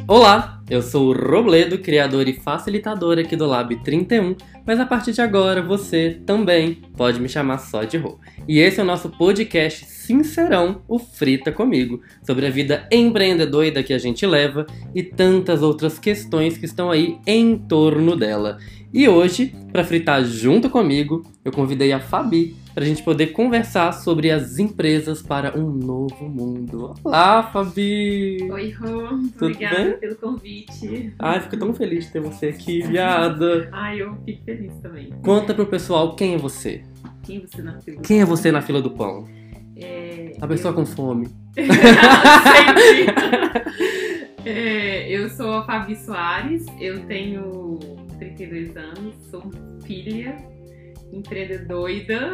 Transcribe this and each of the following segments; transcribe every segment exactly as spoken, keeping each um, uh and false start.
Olá, eu sou o Robledo, criador e facilitador aqui do Lab trinta e um, mas a partir de agora você também pode me chamar só de Rô. E esse é o nosso podcast sincerão, o Frita Comigo, sobre a vida empreendedora que a gente leva e tantas outras questões que estão aí em torno dela. E hoje, para fritar junto comigo, eu convidei a Fabi para a gente poder conversar sobre as empresas para um novo mundo. Olá, Fabi! Oi, Rô. Obrigada bem? Pelo convite. Ai, fico tão feliz de ter você aqui, viada. Ai, eu fico feliz também. Conta pro pessoal quem é você. Quem é você na fila do Quem é pão? você na fila do pão? É, A pessoa eu... com fome. Sempre. É, eu sou a Fabi Soares, eu tenho trinta e dois anos, sou filha, empreendedora.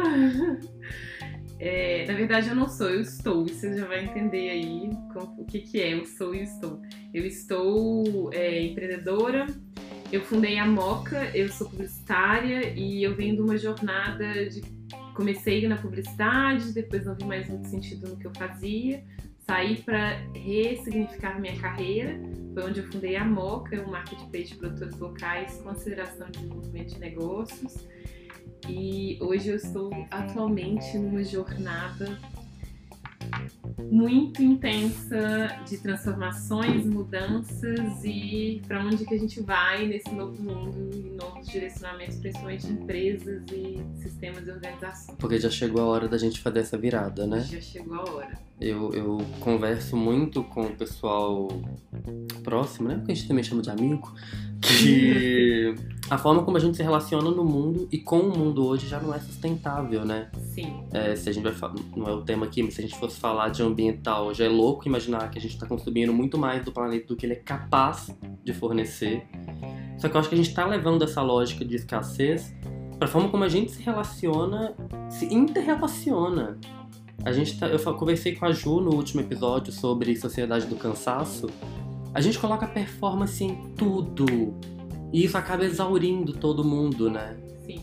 É, na verdade eu não sou, eu estou, você já vai entender aí com, o que, que é, eu sou e eu estou. Eu estou é, empreendedora, eu fundei a Moca, eu sou publicitária e eu venho de uma jornada de... Comecei na publicidade, depois não vi mais muito sentido no que eu fazia, saí para ressignificar minha carreira, foi onde eu fundei a Moca, um marketplace de produtores locais com aceleração de desenvolvimento de negócios. E hoje eu estou atualmente numa jornada muito intensa de transformações, mudanças e para onde que a gente vai nesse novo mundo e novos direcionamentos, principalmente de empresas e sistemas de organização. Porque já chegou a hora da gente fazer essa virada, né? Já chegou a hora. Eu, eu converso muito com o pessoal próximo, né? Porque a gente também chama de amigo. Que a forma como a gente se relaciona no mundo e com o mundo hoje já não é sustentável, né? Sim. É, se a gente vai falar, não é o tema aqui, mas se a gente fosse falar de ambiental, já é louco imaginar que a gente tá consumindo muito mais do planeta do que ele é capaz de fornecer. Só que eu acho que a gente tá levando essa lógica de escassez pra forma como a gente se relaciona, se interrelaciona. A gente tá, eu conversei com a Ju no último episódio sobre Sociedade do Cansaço. A gente coloca performance em tudo. E isso acaba exaurindo todo mundo, né? Sim.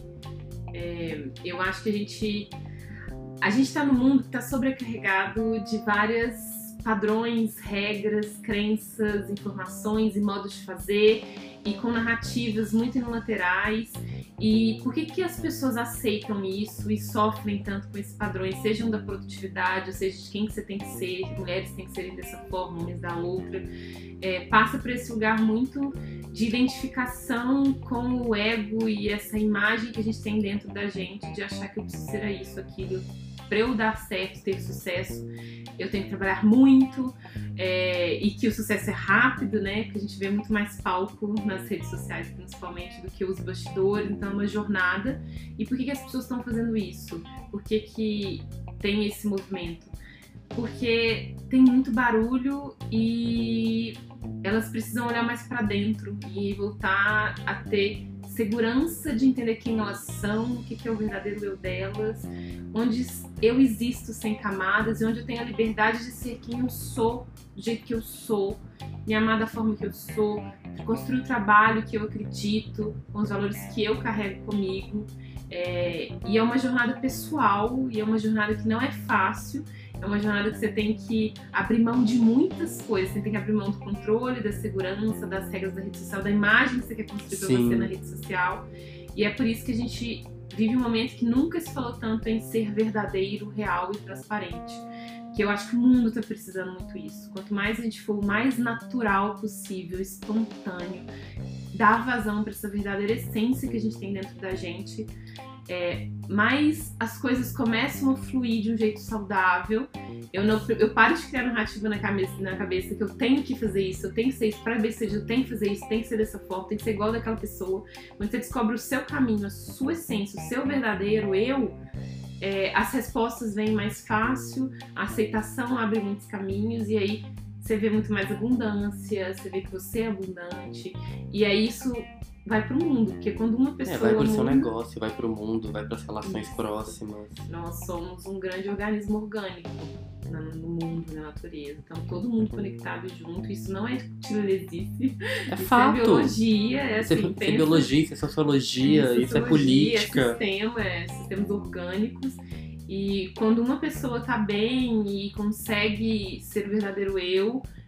É, eu acho que a gente... A gente tá num mundo que tá sobrecarregado de várias padrões, regras, crenças, informações e modos de fazer. E com narrativas muito unilaterais. E por que que as pessoas aceitam isso e sofrem tanto com esses padrões, sejam da produtividade, ou seja, de quem que você tem que ser, mulheres têm que serem dessa forma, homens da outra. É, passa por esse lugar muito de identificação com o ego e essa imagem que a gente tem dentro da gente, de achar que eu preciso ser isso, aquilo. Para eu dar certo, ter sucesso, eu tenho que trabalhar muito, é, e que o sucesso é rápido, né? Porque a gente vê muito mais palco nas redes sociais, principalmente, do que os bastidores. Então é uma jornada. E por que que as pessoas estão fazendo isso? Por que que tem esse movimento? Porque tem muito barulho e elas precisam olhar mais para dentro e voltar a ter segurança de entender quem elas são, o que que é o verdadeiro eu delas, onde eu existo sem camadas e onde eu tenho a liberdade de ser quem eu sou, do jeito que eu sou, me amar da forma que eu sou, construir o trabalho que eu acredito, com os valores que eu carrego comigo. É, e é uma jornada pessoal e é uma jornada que não é fácil. É uma jornada que você tem que abrir mão de muitas coisas. Você tem que abrir mão do controle, da segurança, das regras da rede social, da imagem que você quer construir pra você na rede social. E é por isso que a gente vive um momento que nunca se falou tanto em ser verdadeiro, real e transparente. Que eu acho que o mundo tá precisando muito isso. Quanto mais a gente for o mais natural possível, espontâneo, dar vazão para essa verdadeira essência que a gente tem dentro da gente, É, mas as coisas começam a fluir de um jeito saudável. Eu, não, eu paro de criar narrativa na cabeça, na cabeça que eu tenho que fazer isso, eu tenho que ser isso, para B C G eu tenho que fazer isso, tem que ser dessa forma, tem que ser igual daquela pessoa. Quando você descobre o seu caminho, a sua essência, o seu verdadeiro eu, é, as respostas vêm mais fácil, a aceitação abre muitos caminhos e aí você vê muito mais abundância, você vê que você é abundante e é isso. Vai pro mundo, porque quando uma pessoa... É, vai pro seu muda, negócio, vai pro mundo, vai pras relações Isso. próximas. Nós somos um grande organismo orgânico no mundo, na natureza. Então, todo mundo conectado junto. Isso não é tirolesice. É isso fato. é biologia, é Isso é, assim, isso é pensa- biologia, isso é sociologia, Isso, isso é sociologia, política. É sistema, é sistemas orgânicos. E quando uma pessoa tá bem e consegue ser o verdadeiro eu,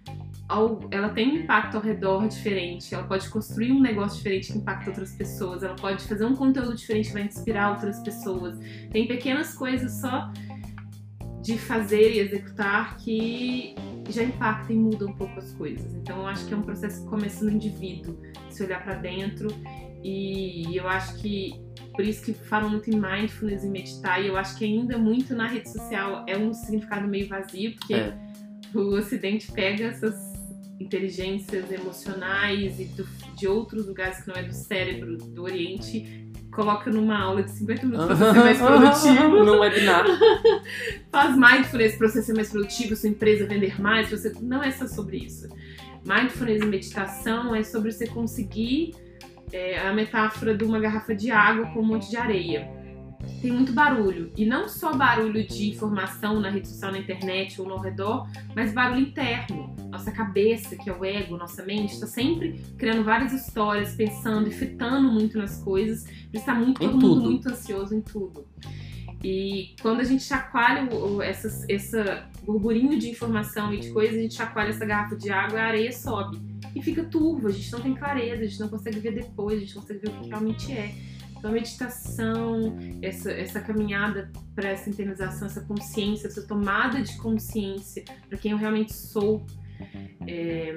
ao, ela tem um impacto ao redor diferente, ela pode construir um negócio diferente que impacta outras pessoas, ela pode fazer um conteúdo diferente que vai inspirar outras pessoas. Tem pequenas coisas só de fazer e executar que já impactam e mudam um pouco as coisas. Então eu acho que é um processo que começa no indivíduo, se olhar para dentro, e eu acho que por isso que falam muito em mindfulness e meditar, e eu acho que ainda muito na rede social é um significado meio vazio, porque é. o Ocidente pega essas inteligências emocionais e do, de outros lugares que não é do cérebro, do Oriente, coloca numa aula de cinquenta minutos pra você ser mais produtivo. Num webinar. Faz mindfulness pra você ser mais produtivo, sua empresa vender mais. Você... Não é só sobre isso. Mindfulness e meditação é sobre você conseguir é, a metáfora de uma garrafa de água com um monte de areia. Tem muito barulho, e não só barulho de informação na rede social, na internet ou no redor, mas barulho interno. Nossa cabeça, que é o ego, nossa mente, está sempre criando várias histórias, pensando e fitando muito nas coisas, está muito, todo mundo muito ansioso em tudo. E quando a gente chacoalha o, o, essas, essa burburinho de informação e de coisas, a gente chacoalha essa garrafa de água, a areia sobe e fica turvo, a gente não tem clareza, a gente não consegue ver depois, a gente não consegue ver o que realmente é. Então, a meditação, essa, essa caminhada para essa internalização, essa consciência, essa tomada de consciência para quem eu realmente sou, é,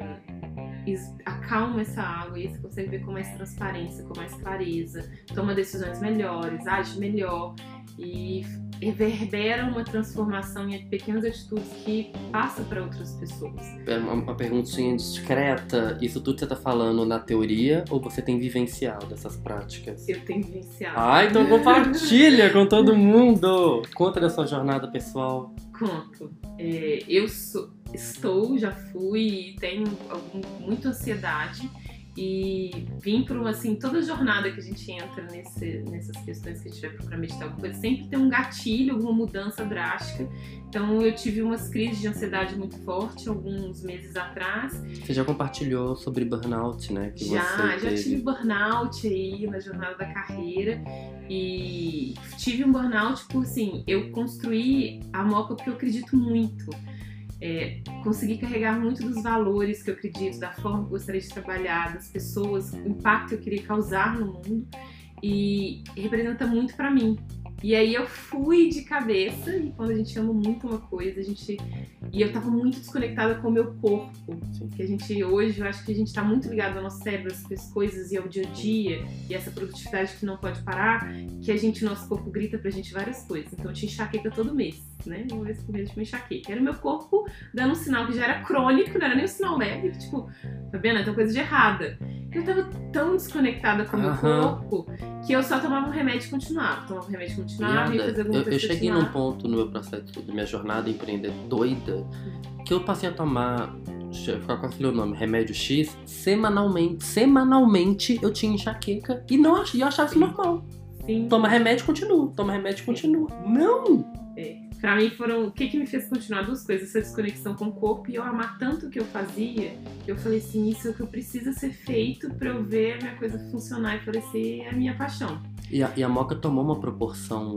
acalma essa água e você consegue ver com mais transparência, com mais clareza, toma decisões melhores, age melhor e reverbera uma transformação em pequenas atitudes que passa para outras pessoas. É uma, uma perguntinha discreta. Isso tudo que você tá falando na teoria ou você tem vivenciado essas práticas? Eu tenho vivenciado. Ah, então compartilha com todo mundo! Conta da sua jornada pessoal. Conto. É, eu sou, estou, já fui e tenho algum, muita ansiedade. E vim por uma, assim, toda jornada que a gente entra nesse, nessas questões que a gente vai procurar meditar alguma coisa, sempre tem um gatilho, alguma mudança drástica. Então eu tive umas crises de ansiedade muito forte alguns meses atrás. Você já compartilhou sobre burnout, né? Que já, você já teve. tive burnout aí na jornada da carreira. E tive um burnout por, assim, eu construí a Moca porque eu acredito muito. É, consegui carregar muito dos valores que eu acredito, da forma que eu gostaria de trabalhar, das pessoas, o impacto que eu queria causar no mundo, e representa muito pra mim. E aí eu fui de cabeça, e quando a gente ama muito uma coisa, a gente... E eu tava muito desconectada com o meu corpo. Sim. Que a gente, hoje, eu acho que a gente tá muito ligado ao nosso cérebro, às coisas e ao dia a dia, e essa produtividade que não pode parar, que a gente, nosso corpo grita pra gente várias coisas. Então eu tinha enxaqueca todo mês, né? Uma vez por mês eu tinha enxaqueca. Era o meu corpo dando um sinal que já era crônico, não era nem um sinal leve, que tipo, tá vendo? Tem coisa de errada. Eu tava tão desconectada com o meu corpo que eu só tomava um remédio e continuava. Tomava um remédio e continuava e fazia alguma eu, coisa. Eu cheguei num ponto no meu processo, da minha jornada empreendedora doida, que eu passei a tomar, qual que é o nome? Remédio X, semanalmente. Semanalmente eu tinha enxaqueca e não ach, eu achava isso normal. Sim. Toma remédio e continua. Toma remédio e continua. Não! É. Pra mim foram... O que que me fez continuar? Duas coisas. Essa desconexão com o corpo e eu amar tanto o que eu fazia, que eu falei assim, isso é o que eu preciso ser feito pra eu ver a minha coisa funcionar e parecer a minha paixão. E a, e a Moca tomou uma proporção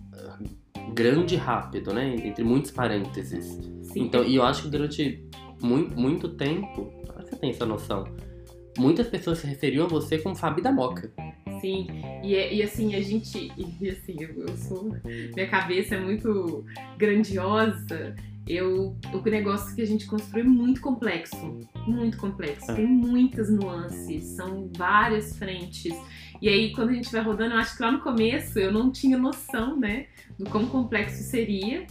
uh, grande e rápido, né? Entre muitos parênteses. Sim. Então, e eu acho que durante muito, muito tempo, você tem essa noção, muitas pessoas se referiam a você como Fabi da Moca. Sim, e, e assim, a gente, e assim, eu, eu sou, minha cabeça é muito grandiosa, eu, o negócio que a gente construi é muito complexo, muito complexo, é. Tem muitas nuances, são várias frentes, e aí quando a gente vai rodando, eu acho que lá no começo eu não tinha noção, né, do quão complexo seria.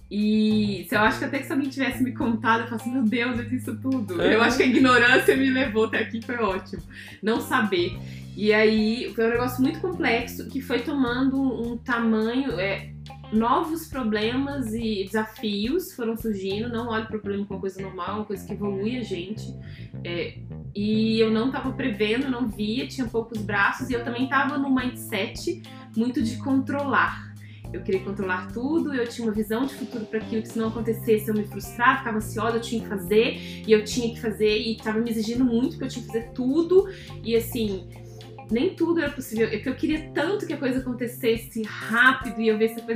E eu acho que até que se alguém tivesse me contado, eu falo assim, meu Deus, eu fiz isso tudo. É. Eu acho que a ignorância me levou até aqui, foi ótimo. Não saber. E aí, foi um negócio muito complexo que foi tomando um tamanho... É, novos problemas e desafios foram surgindo. Não olho para o problema como uma coisa normal, é uma coisa que evolui a gente. É, e eu não estava prevendo, não via, tinha poucos braços. E eu também estava num mindset muito de controlar. Eu queria controlar tudo, eu tinha uma visão de futuro para aquilo, que se não acontecesse eu me frustrava, ficava ansiosa, eu tinha que fazer, e eu tinha que fazer, e estava me exigindo muito, porque eu tinha que fazer tudo, e assim, nem tudo era possível, porque eu queria tanto que a coisa acontecesse rápido, e eu visse a coisa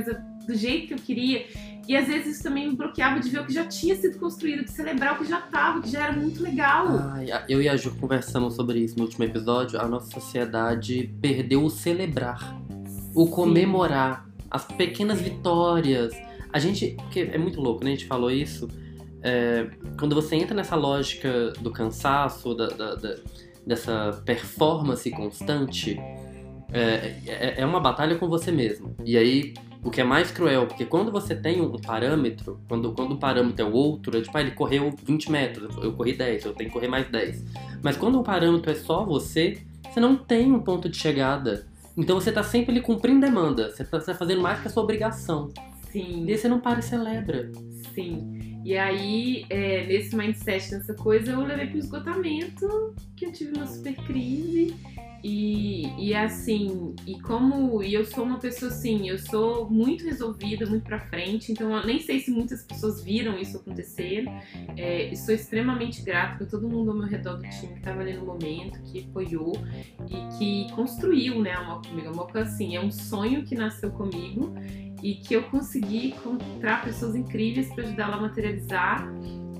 do jeito que eu queria. E às vezes isso também me bloqueava de ver o que já tinha sido construído, de celebrar o que já estava, que já era muito legal. Ai, eu e a Ju conversamos sobre isso no último episódio. A nossa sociedade perdeu o celebrar, o comemorar, as pequenas vitórias. A gente, porque é muito louco, né? A gente falou isso. É, quando você entra nessa lógica do cansaço, da, da, da, dessa performance constante, é, é, é uma batalha com você mesmo. E aí, o que é mais cruel, porque quando você tem um parâmetro, quando, quando o parâmetro é o outro, é tipo, ah, ele correu vinte metros, eu corri dez, eu tenho que correr mais dez. Mas quando o parâmetro é só você, você não tem um ponto de chegada. Então você tá sempre ali cumprindo demanda, você tá, você tá fazendo mais que a sua obrigação. Sim. E aí você não para e celebra. Sim. E aí, é, nesse mindset, nessa coisa, eu levei pro esgotamento, que eu tive uma super crise. E, e assim, e como e eu sou uma pessoa assim, eu sou muito resolvida, muito pra frente, então eu nem sei se muitas pessoas viram isso acontecer. É, e sou extremamente grata por todo mundo ao meu redor do time que tava ali no momento, que apoiou e que construiu, né, a Moca comigo. A Moca, assim, é um sonho que nasceu comigo e que eu consegui encontrar pessoas incríveis para ajudar ela a materializar.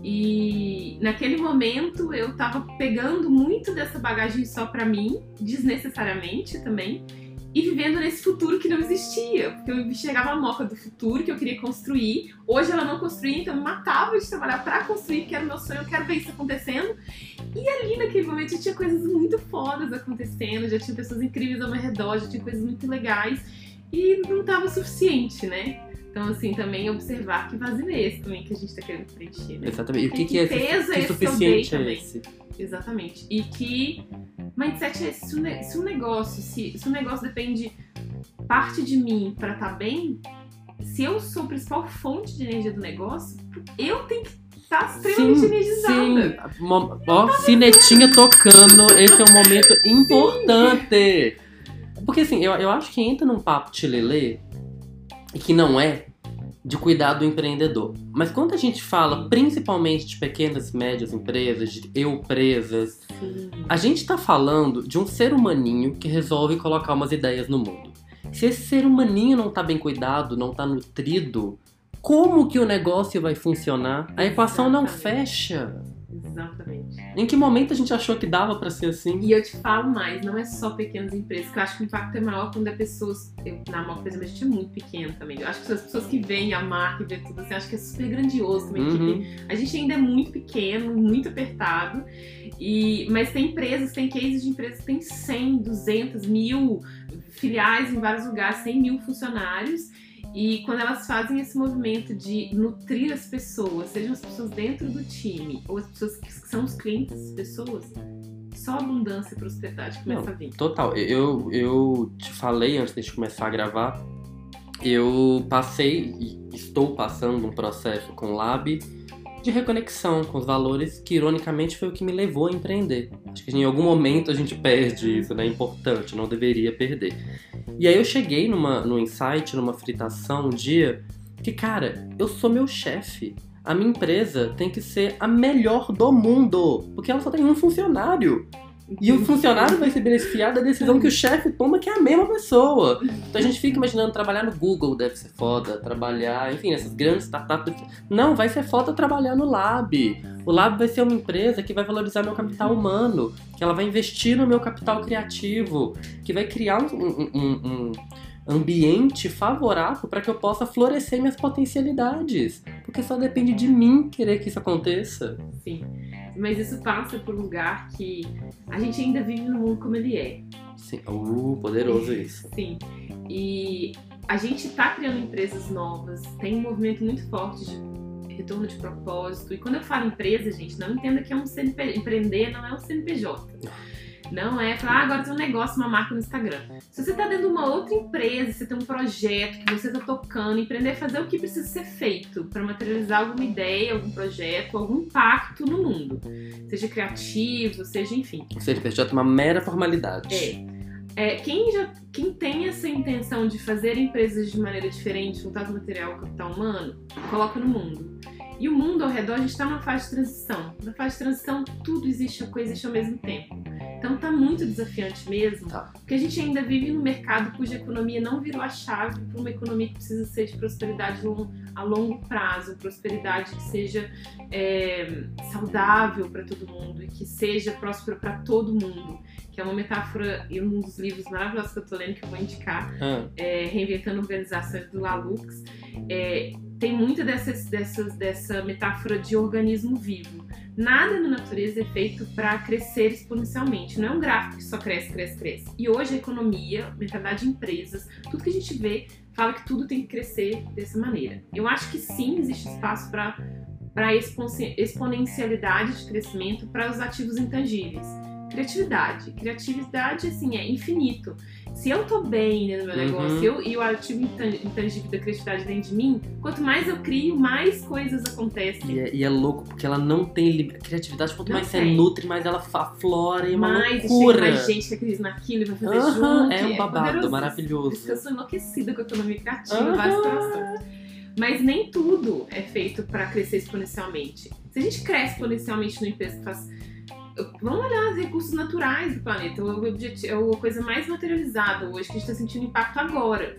E naquele momento eu tava pegando muito dessa bagagem só pra mim, desnecessariamente também, e vivendo nesse futuro que não existia, porque eu enxergava a Moca do futuro que eu queria construir. Hoje ela não construía, então eu me matava de trabalhar pra construir, que era o meu sonho, eu quero ver isso acontecendo. E ali naquele momento já tinha coisas muito fodas acontecendo, já tinha pessoas incríveis ao meu redor, já tinha coisas muito legais, e não tava suficiente, né? Então, assim, também observar que vazio é esse também que a gente tá querendo preencher, né? Exatamente. E o que, que, que é peso esse, que esse suficiente que eu dei é também. esse? Exatamente. E que mindset é esse. Se o, ne- se o negócio, se, se o negócio depende parte de mim pra estar bem, se eu sou a principal fonte de energia do negócio, eu tenho que estar extremamente energizada. Sim. Mo- Ó, sinetinha tocando. Esse é um momento importante. Porque, assim, eu, eu acho que entra num papo tilelê, e que não é, de cuidar do empreendedor. Mas quando a gente fala principalmente de pequenas e médias empresas, de eu-presas, a gente tá falando de um ser humaninho que resolve colocar umas ideias no mundo. Se esse ser humaninho não tá bem cuidado, não tá nutrido, como que o negócio vai funcionar? A equação não fecha. Exatamente. Em que momento a gente achou que dava pra ser assim? E eu te falo mais, não é só pequenas empresas, que eu acho que o impacto é maior quando é pessoas. Eu, na Moca, por exemplo, a gente é muito pequeno também. Eu acho que as pessoas que veem a marca e vê tudo assim, acho que é super grandioso também. Uhum. A gente ainda é muito pequeno, muito apertado. E, mas tem empresas, tem cases de empresas que tem cem, duzentos, mil filiais em vários lugares, cem mil funcionários. E quando elas fazem esse movimento de nutrir as pessoas, sejam as pessoas dentro do time ou as pessoas que são os clientes das pessoas, só abundância e prosperidade começa Não, a vir. Total. Eu, eu te falei antes de a gente começar a gravar, eu passei e estou passando um processo com o Lab de reconexão com os valores, que ironicamente foi o que me levou a empreender. Acho que em algum momento a gente perde isso, né? É importante, não deveria perder. E aí eu cheguei numa, num insight, numa fritação um dia, que, cara, eu sou meu chefe. A minha empresa tem que ser a melhor do mundo, porque ela só tem um funcionário. E o funcionário vai se beneficiar da decisão que o chefe toma, que é a mesma pessoa. Então a gente fica imaginando, trabalhar no Google deve ser foda, trabalhar, enfim, essas grandes startups. Não, vai ser foda trabalhar no Lab. O Lab vai ser uma empresa que vai valorizar meu capital humano, que ela vai investir no meu capital criativo, que vai criar um, um, um, um ambiente favorável para que eu possa florescer minhas potencialidades. Porque só depende de mim querer que isso aconteça. Sim. Mas isso passa por um lugar que a gente ainda vive no mundo como ele é. Sim. Uh, poderoso isso. Sim. E a gente tá criando empresas novas, tem um movimento muito forte de retorno de propósito. E quando eu falo empresa, gente, não entenda que é um C N P J. Empreender não é um C N P J. Não é falar, ah, agora tem um negócio, uma marca no Instagram. Se você tá dentro de uma outra empresa, você tem um projeto que você tá tocando, empreender é fazer o que precisa ser feito para materializar alguma ideia, algum projeto, algum impacto no mundo. Seja criativo, seja enfim. O C N P J é uma mera formalidade. É. É, quem, já, quem tem essa intenção de fazer empresas de maneira diferente, contato material, capital humano, coloca no mundo. E o mundo ao redor, a gente está numa fase de transição. Na fase de transição, tudo existe, coexiste ao mesmo tempo. Então tá muito desafiante mesmo, Tá. porque a gente ainda vive num mercado cuja economia não virou a chave para uma economia que precisa ser de prosperidade a longo prazo, prosperidade que seja é, saudável para todo mundo e que seja próspera para todo mundo, que é uma metáfora em um dos livros maravilhosos que eu tô lendo, que eu vou indicar, Ah. é, Reinventando Organizações, do Lalux. É, tem muita dessas, dessas, dessa metáfora de organismo vivo. Nada na natureza é feito para crescer exponencialmente. Não é um gráfico que só cresce, cresce, cresce. E hoje a economia, a mentalidade de empresas, tudo que a gente vê fala que tudo tem que crescer dessa maneira. Eu acho que sim, existe espaço para para exponencialidade de crescimento para os ativos intangíveis. Criatividade. Criatividade, assim, é infinito. Se eu tô bem, né, no meu Uhum. negócio eu, e o ativo intangível da criatividade dentro de mim, quanto mais eu crio, mais coisas acontecem. E é, e é louco, porque ela não tem li- criatividade. Quanto Não mais você tem. nutre, mais ela aflora e é uma mais, e loucura. chega mais gente que acredita naquilo e vai fazer Aham, junto. é um e babado poderosíssimo. maravilhoso. Por isso que eu sou enlouquecida com a economia criativa, Aham. várias situações. Mas nem tudo é feito para crescer exponencialmente. Se a gente cresce exponencialmente numa empresa que faz... Vamos olhar os recursos naturais do planeta. O objetivo, é a coisa mais materializada hoje, que a gente está sentindo impacto agora.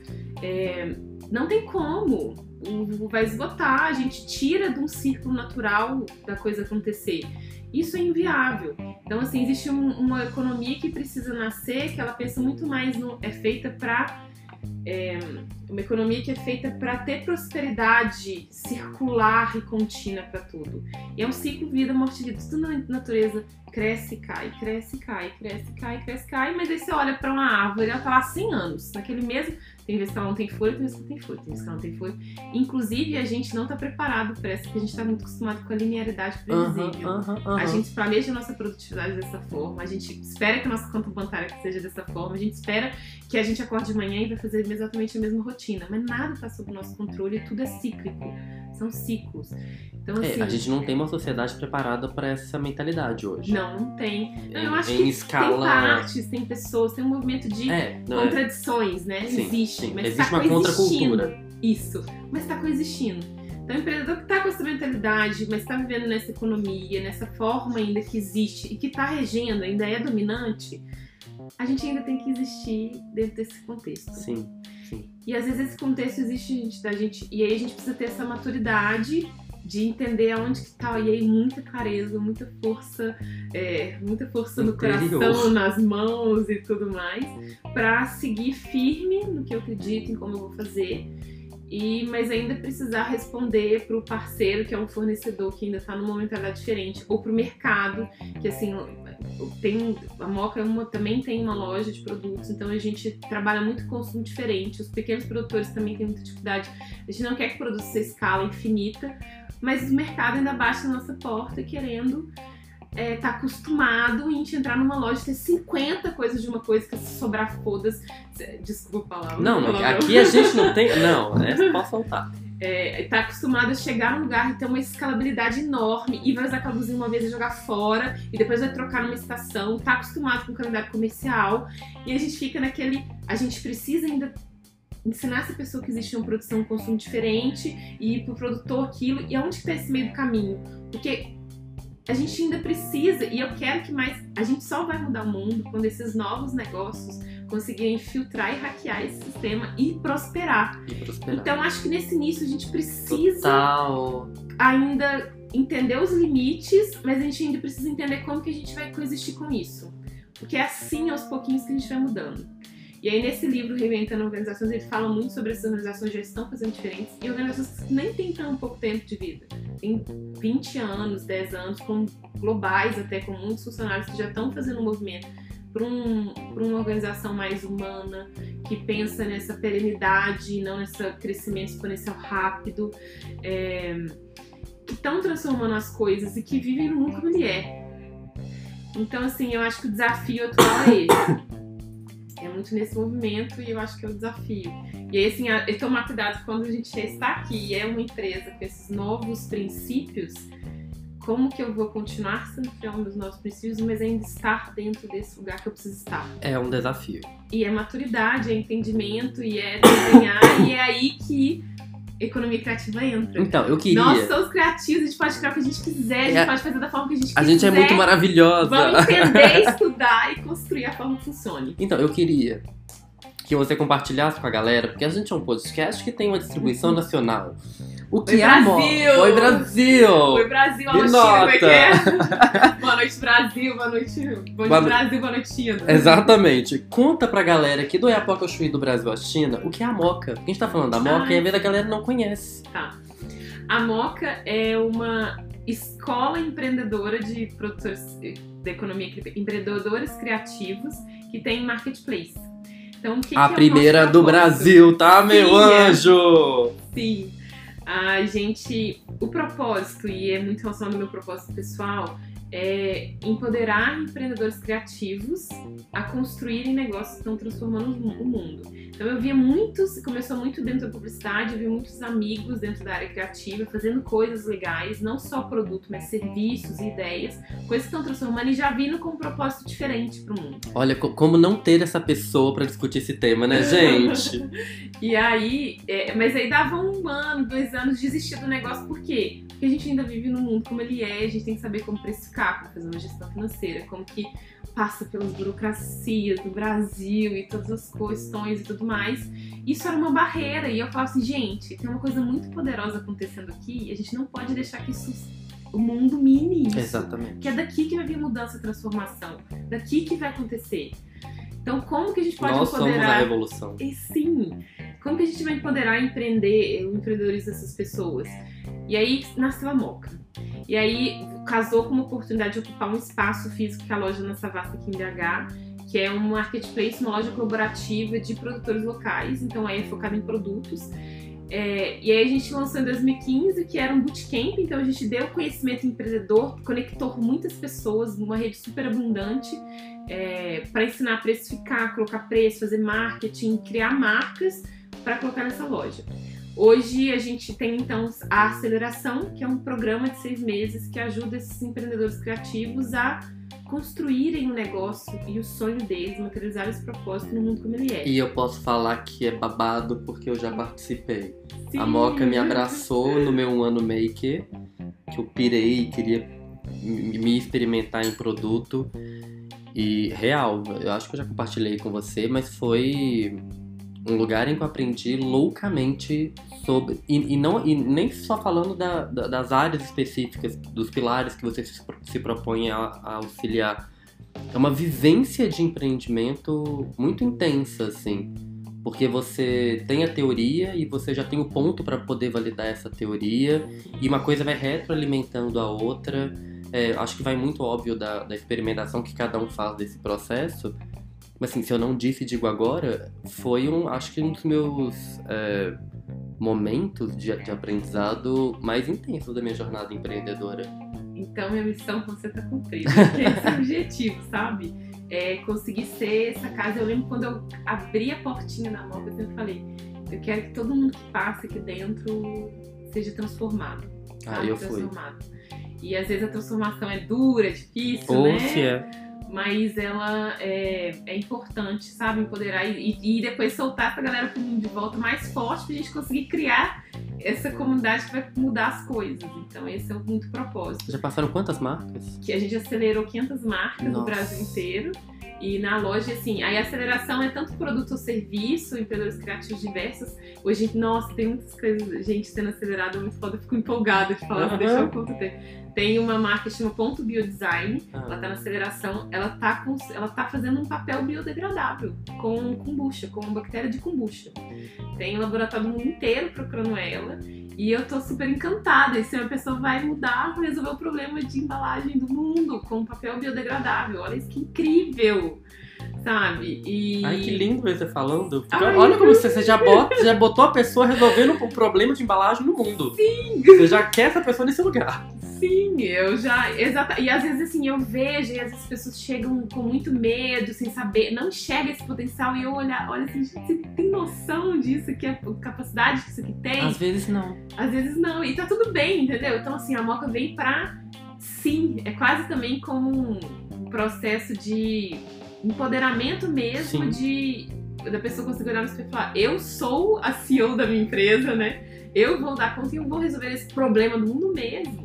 É, não tem como. O, vai esgotar, a gente tira de um círculo natural da coisa acontecer. Isso é inviável. Então, assim, existe um, uma economia que precisa nascer, que ela pensa muito mais no... É feita para... É, uma economia que é feita para ter prosperidade circular e contínua para tudo. E é um ciclo vida, morte, vida. Tudo na natureza cresce e cai, cresce e cai, cresce e cai, cresce e cai, mas aí você olha para uma árvore, ela tá lá há cem anos, naquele mesmo... Tem vezes que ela não tem folha, tem vezes que ela tem folha, tem vezes que ela não tem folha. Inclusive, a gente não tá preparado para essa, porque a gente tá muito acostumado com a linearidade previsível. Aham, aham, aham. A gente planeja a nossa produtividade dessa forma, a gente espera que a nossa conta bancária seja dessa forma, a gente espera que a gente acorde de manhã e vai fazer exatamente a mesma rotina, mas nada está sob o nosso controle, tudo é cíclico, são ciclos. Então, assim, É, a gente não tem uma sociedade preparada para essa mentalidade hoje. não, não tem. Não, eu Em- acho em que escala- tem partes, tem pessoas, tem um movimento de É, não é? contradições, né? Sim, Existe, sim. mas Existe tá uma coexistindo. contracultura. Isso, mas está coexistindo. Então, o empreendedor que está com essa mentalidade, mas está vivendo nessa economia, nessa forma ainda que existe e que está regendo, ainda é dominante, a gente ainda tem que existir dentro desse contexto. Sim, sim. E às vezes esse contexto existe gente, da gente, e aí a gente precisa ter essa maturidade de entender aonde que tá, e aí muita clareza, muita força, é, muita força no Interior. coração, nas mãos e tudo mais, pra seguir firme no que eu acredito, em como eu vou fazer, e, mas ainda precisar responder pro parceiro, que é um fornecedor que ainda tá numa mentalidade diferente, ou pro mercado, que assim, tem, a Moca é uma, também tem uma loja de produtos, então a gente trabalha muito com consumo diferente, os pequenos produtores também têm muita dificuldade, a gente não quer que o produto seja escala infinita, mas o mercado ainda bate na nossa porta querendo é, tá acostumado a gente entrar numa loja e ter cinquenta coisas de uma coisa que se sobrar foda-se. Desculpa a palavra. Não, palavrão. aqui a gente não tem... Não, essa pode soltar. É, tá acostumado a chegar num lugar e ter uma escalabilidade enorme e vai usar aquela blusinha uma vez e jogar fora e depois vai trocar numa estação, tá acostumado com o calendário comercial e a gente fica naquele... A gente precisa ainda ensinar essa pessoa que existe uma produção, um consumo diferente e ir pro produtor aquilo, e aonde que tá esse meio do caminho? Porque a gente ainda precisa, e eu quero que mais, a gente só vai mudar o mundo quando esses novos negócios conseguirem filtrar e hackear esse sistema e prosperar. E prosperar. Então acho que nesse início a gente precisa Total. ainda entender os limites, mas a gente ainda precisa entender como que a gente vai coexistir com isso. Porque é assim, aos pouquinhos, que a gente vai mudando. E aí, nesse livro, Reinventando Organizações, ele fala muito sobre essas organizações que já estão fazendo diferentes e organizações que nem têm tão pouco tempo de vida. Tem vinte anos, dez anos, com globais até, com muitos funcionários que já estão fazendo um movimento para um, para uma organização mais humana, que pensa nessa perenidade e não nesse crescimento exponencial rápido, é, que estão transformando as coisas e que vivem no mundo como ele é. Então, assim, eu acho que o desafio atual é esse. É muito nesse movimento e eu acho que é o desafio. E aí, assim, é tomar cuidado quando a gente está aqui e é uma empresa com esses novos princípios, como que eu vou continuar sendo fiel aos meus novos princípios, mas ainda estar dentro desse lugar que eu preciso estar. É um desafio. E é maturidade, é entendimento, e é desenhar, e é aí que economia criativa entra. Então, eu queria... Nós somos criativos, a gente pode criar o que a gente quiser, a gente É, pode fazer da forma que a gente quiser. A gente é muito maravilhosa. Vamos entender, estudar e construir a forma que funcione. Então, eu queria que você compartilhasse com a galera, porque a gente é um podcast que tem uma distribuição nacional. O que Oi, é amor? Brasil! Oi, Brasil! Oi, Brasil, alô, China, como é que é? Boa noite, Brasil, boa noite. Bom dia, Boa- Brasil, boa noite, China. Exatamente. Conta pra galera aqui do Iapoca Chuí do Brasil à China o que é a Moca. Porque a gente tá falando da Moca Ah. e às vezes a galera não conhece. Tá. A Moca é uma escola empreendedora de produtores da economia, cri- empreendedores criativos que tem marketplace. Então, o que A que é o primeira nosso do propósito? Brasil, tá, meu Sim, é. anjo? Sim. A gente, o propósito, e é muito relacionado ao meu propósito pessoal, é empoderar empreendedores criativos a construírem negócios que estão transformando o mundo. Então eu via muitos, começou muito dentro da publicidade, eu vi muitos amigos dentro da área criativa fazendo coisas legais, não só produto, mas serviços e ideias, coisas que estão transformando e já vindo com um propósito diferente para o mundo. Olha, co- como não ter essa pessoa pra discutir esse tema, né, gente? E aí, é, mas aí dava um ano, dois anos de desistir do negócio, por quê? Porque a gente ainda vive num mundo como ele é, a gente tem que saber como precificar, como fazer uma gestão financeira, como que passa pelas burocracias do Brasil e todas as questões e tudo mais. Isso era uma barreira e eu falava assim, gente, tem uma coisa muito poderosa acontecendo aqui e a gente não pode deixar que isso, o mundo mine isso. Exatamente. Que é daqui que vai vir mudança e transformação, daqui que vai acontecer. Então, como que a gente pode Nós somos a empoderar... revolução. E sim, como que a gente vai empoderar e empreender, o empreendedorismo dessas pessoas? E aí nasceu a Moca. E aí casou com uma oportunidade de ocupar um espaço físico que é a loja na Savassi aqui em B H, que é um marketplace, uma loja colaborativa de produtores locais, então aí é focado em produtos. É, e aí a gente lançou em dois mil e quinze, que era um bootcamp, então a gente deu conhecimento empreendedor, conectou muitas pessoas numa rede super abundante, é, para ensinar a precificar, colocar preço, fazer marketing, criar marcas para colocar nessa loja. Hoje a gente tem então a Aceleração, que é um programa de seis meses que ajuda esses empreendedores criativos a construírem um negócio e o sonho deles, materializar esse propósito no mundo como ele é. E eu posso falar que é babado porque eu já participei. Sim. A Moca me abraçou no meu ano maker, que eu pirei e queria m- me experimentar em produto. E real, eu acho que eu já compartilhei com você, mas foi um lugar em que eu aprendi loucamente sobre. E, e, não, e nem só falando da, da, das áreas específicas, dos pilares que você se, se propõe a, a auxiliar. É uma vivência de empreendimento muito intensa, assim. Porque você tem a teoria e você já tem o ponto para poder validar essa teoria, e uma coisa vai retroalimentando a outra. É, acho que vai muito óbvio da, da experimentação que cada um faz desse processo. Mas assim, se eu não disse e digo agora, foi um, acho que um dos meus é, momentos de, de aprendizado mais intensos da minha jornada empreendedora. Então minha missão com você tá cumprida, porque esse é o objetivo, sabe? É conseguir ser essa casa. Eu lembro quando eu abri a portinha da Moca, eu sempre falei, eu quero que todo mundo que passa aqui dentro seja transformado. Ah, sabe? eu fui. Transformado. E às vezes a transformação é dura, é difícil, Ou né? se é. Mas ela é, é importante, sabe? Empoderar e, e depois soltar essa galera pro mundo de volta mais forte pra gente conseguir criar essa comunidade que vai mudar as coisas. Então esse é o muito propósito. Já passaram quantas marcas? Que a gente acelerou quinhentas marcas no Nossa. Brasil inteiro. E na loja, assim, aí a aceleração é tanto produto ou serviço, empreendedores criativos diversos. Hoje, nossa, tem muitas coisas, gente sendo acelerada, muito foda, eu fico empolgada de falar, Uhum. deixa eu contar. Tem uma marca que chama Ponto Biodesign, Ah. ela tá na aceleração, ela tá, com, ela tá fazendo um papel biodegradável com kombucha, com bactéria de kombucha. Tem um laboratório do mundo inteiro procurando ela. E eu tô super encantada. E se uma pessoa vai mudar, resolver o problema de embalagem do mundo com papel biodegradável. Olha isso que incrível, sabe? E... Ai, que lindo ver você falando. Porque Ai, olha como você, você já, bota, já botou a pessoa resolvendo o problema de embalagem no mundo. Sim! Você já quer essa pessoa nesse lugar. Sim, eu já... Exata, e às vezes assim, eu vejo e às vezes as pessoas chegam com muito medo, sem saber, não enxerga esse potencial e eu olhar, olha assim, gente, você tem noção disso, que é a capacidade que isso aqui tem? Às vezes não. Às vezes não, e tá tudo bem, entendeu? Então assim, a Moca veio pra sim, é quase também como um processo de empoderamento mesmo, Sim. de da pessoa conseguir olhar no espelho e falar, eu sou a C E O da minha empresa, né? eu vou dar conta e eu vou resolver esse problema do mundo mesmo.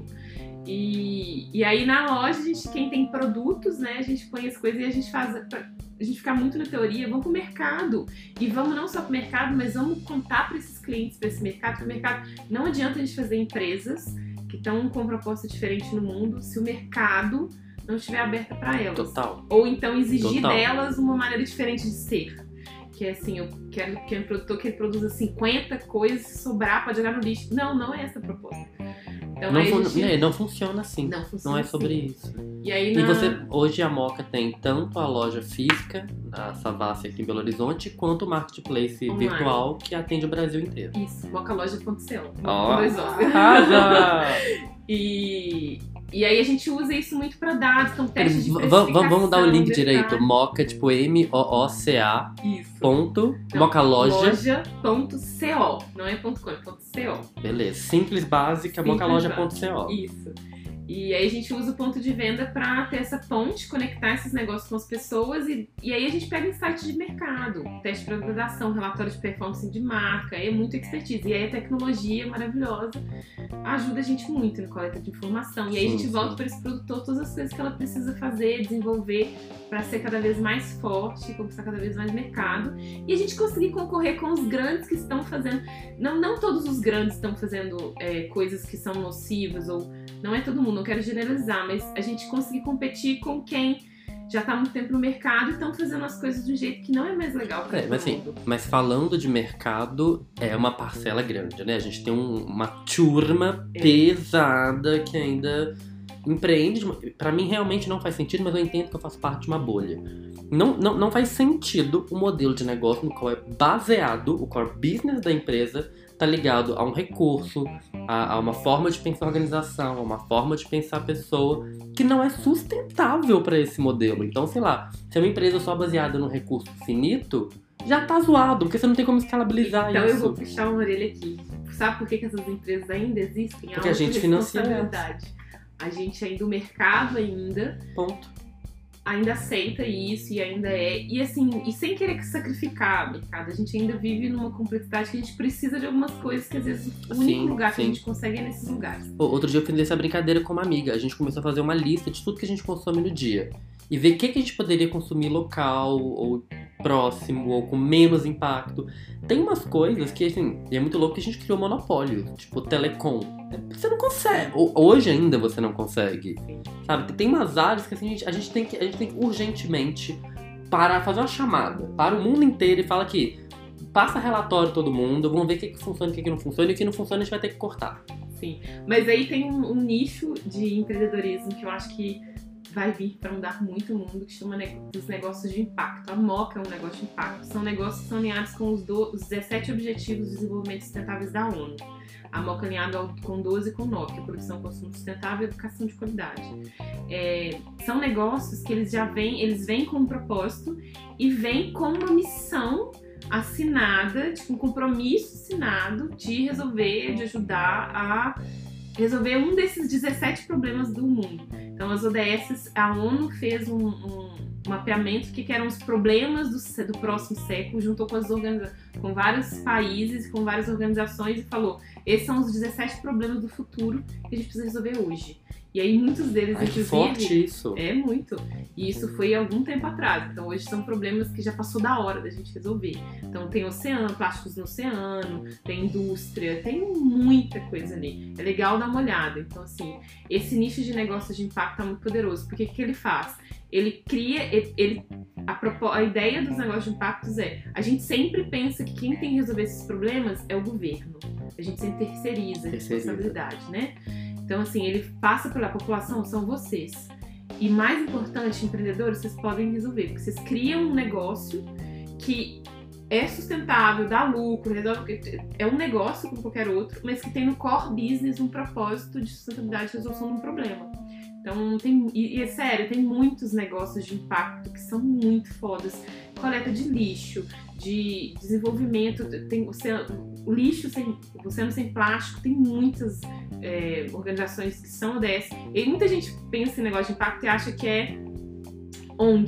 E, e aí na loja, a gente, quem tem produtos, né, a gente põe as coisas e a gente faz, pra a gente ficar muito na teoria, vamos pro mercado. E vamos não só pro mercado, mas vamos contar para esses clientes, para esse mercado, porque o mercado, não adianta a gente fazer empresas que estão com proposta diferente no mundo se o mercado não estiver aberta para elas. Total. Ou então exigir Total. delas uma maneira diferente de ser. Que é assim, eu quero que o produtor que ele produza cinquenta coisas, se sobrar pode jogar no lixo. Não, não é essa a proposta. Então, não, aí fun- a gente... é, não funciona assim. Não funciona Não é sobre assim. isso. E aí E na... você, hoje a Moca tem tanto a loja física, a Savassi aqui em Belo Horizonte, quanto o marketplace Online. virtual que atende o Brasil inteiro. Isso, mocaloja ponto co. Ó, Com dois Os. arrasa! E, e aí a gente usa isso muito para dados, então testes de V- precificação. Vamos dar o link detalhe. direito. Moca, tipo M O O C A Isso. ponto Não, mocaloja. Loja.co. Não é ponto .com, é ponto .co. Beleza. Simples, básica, Simples, mocaloja ponto co. Isso. E aí a gente usa o ponto de venda para ter essa ponte, conectar esses negócios com as pessoas e, e aí a gente pega insights de mercado, teste de validação, relatório de performance de marca, é muito expertise. E aí a tecnologia maravilhosa ajuda a gente muito na coleta de informação. E aí Sim, a gente volta sim. para esse produtor todas as coisas que ela precisa fazer, desenvolver para ser cada vez mais forte, conquistar cada vez mais mercado. E a gente conseguir concorrer com os grandes que estão fazendo. Não, não todos os grandes estão fazendo é, coisas que são nocivas ou não é todo mundo, não quero generalizar, mas a gente conseguir competir com quem já tá há muito tempo no mercado e estão fazendo as coisas de um jeito que não é mais legal para É, todo mas assim, mundo. mas falando de mercado, é uma parcela grande, né? A gente tem um- uma turma É. pesada que ainda empreende. de uma- Pra mim realmente não faz sentido, mas eu entendo que eu faço parte de uma bolha. Não, não, não faz sentido o modelo de negócio no qual é baseado, o core business da empresa tá ligado a um recurso, a, a uma forma de pensar a organização, a uma forma de pensar a pessoa, que não é sustentável para esse modelo. Então, sei lá, se é uma empresa só baseada no recurso finito, já tá zoado, porque você não tem como escalabilizar Então isso. eu vou puxar uma orelha aqui. Sabe por que, que essas empresas ainda existem? Porque a gente financia responsabilidade. A gente ainda, o mercado ainda, Ponto. ainda aceita isso e ainda é. E assim, e sem querer sacrificar o mercado, a gente ainda vive numa complexidade que a gente precisa de algumas coisas que às vezes o único Sim, lugar que a sim. gente consegue é nesses lugares. Pô, outro dia eu fiz essa brincadeira com uma amiga. A gente começou a fazer uma lista de tudo que a gente consome no dia. E ver o que, que a gente poderia consumir local, ou próximo, ou com menos impacto. Tem umas coisas que, assim, e é muito louco que a gente criou monopólio. Tipo, telecom. Você não consegue. Ou- Hoje ainda você não consegue. Sabe? Tem umas áreas que assim, a, gente, a, gente tem que a gente tem que urgentemente parar, fazer uma chamada para o mundo inteiro e fala que passa relatório todo mundo, vamos ver o que, que funciona e o que, que não funciona, e o que não funciona a gente vai ter que cortar. Sim. Mas aí tem um, um nicho de empreendedorismo que eu acho que vai vir para mudar muito o mundo, que chama ne- dos negócios de impacto. A Moca é um negócio de impacto. São negócios que são alinhados com os, do, os dezessete Objetivos de Desenvolvimento Sustentáveis da ONU. A Moca alinhada ao- com doze com nove, que é produção, consumo sustentável e educação de qualidade. É, são negócios que eles já vêm, eles vêm com um propósito e vêm com uma missão assinada, tipo um compromisso assinado de resolver, de ajudar a resolver um desses dezessete problemas do mundo. Então as O D S, a ONU fez um, um mapeamento do que, que eram os problemas do, do próximo século, juntou com, as organiza- com vários países, com várias organizações e falou, esses são os dezessete problemas do futuro que a gente precisa resolver hoje. E aí muitos deles, Ai, que inclusive... forte isso. É muito. E isso foi há algum tempo atrás. Então hoje são problemas que já passou da hora da gente resolver. Então tem oceano, plásticos no oceano, tem indústria, tem muita coisa ali. É legal dar uma olhada. Então assim, esse nicho de negócios de impacto é muito poderoso. Porque o que ele faz? Ele cria, ele, ele- a, propo- a ideia dos negócios de impactos é, a gente sempre pensa que quem tem que resolver esses problemas é o governo. A gente sempre terceiriza a Terceiriza. responsabilidade, né? Então, assim, ele passa pela população, são vocês. E mais importante, empreendedores, vocês podem resolver, porque vocês criam um negócio que é sustentável, dá lucro, resolve, é um negócio como qualquer outro, mas que tem no core business um propósito de sustentabilidade e resolução de um problema. Então, tem, e, e é sério, tem muitos negócios de impacto que são muito fodas. Coleta de lixo, de desenvolvimento, tem oceano, o lixo sem, oceano sem plástico, tem muitas é, organizações que são O D S. E muita gente pensa em negócio de impacto e acha que é O N G.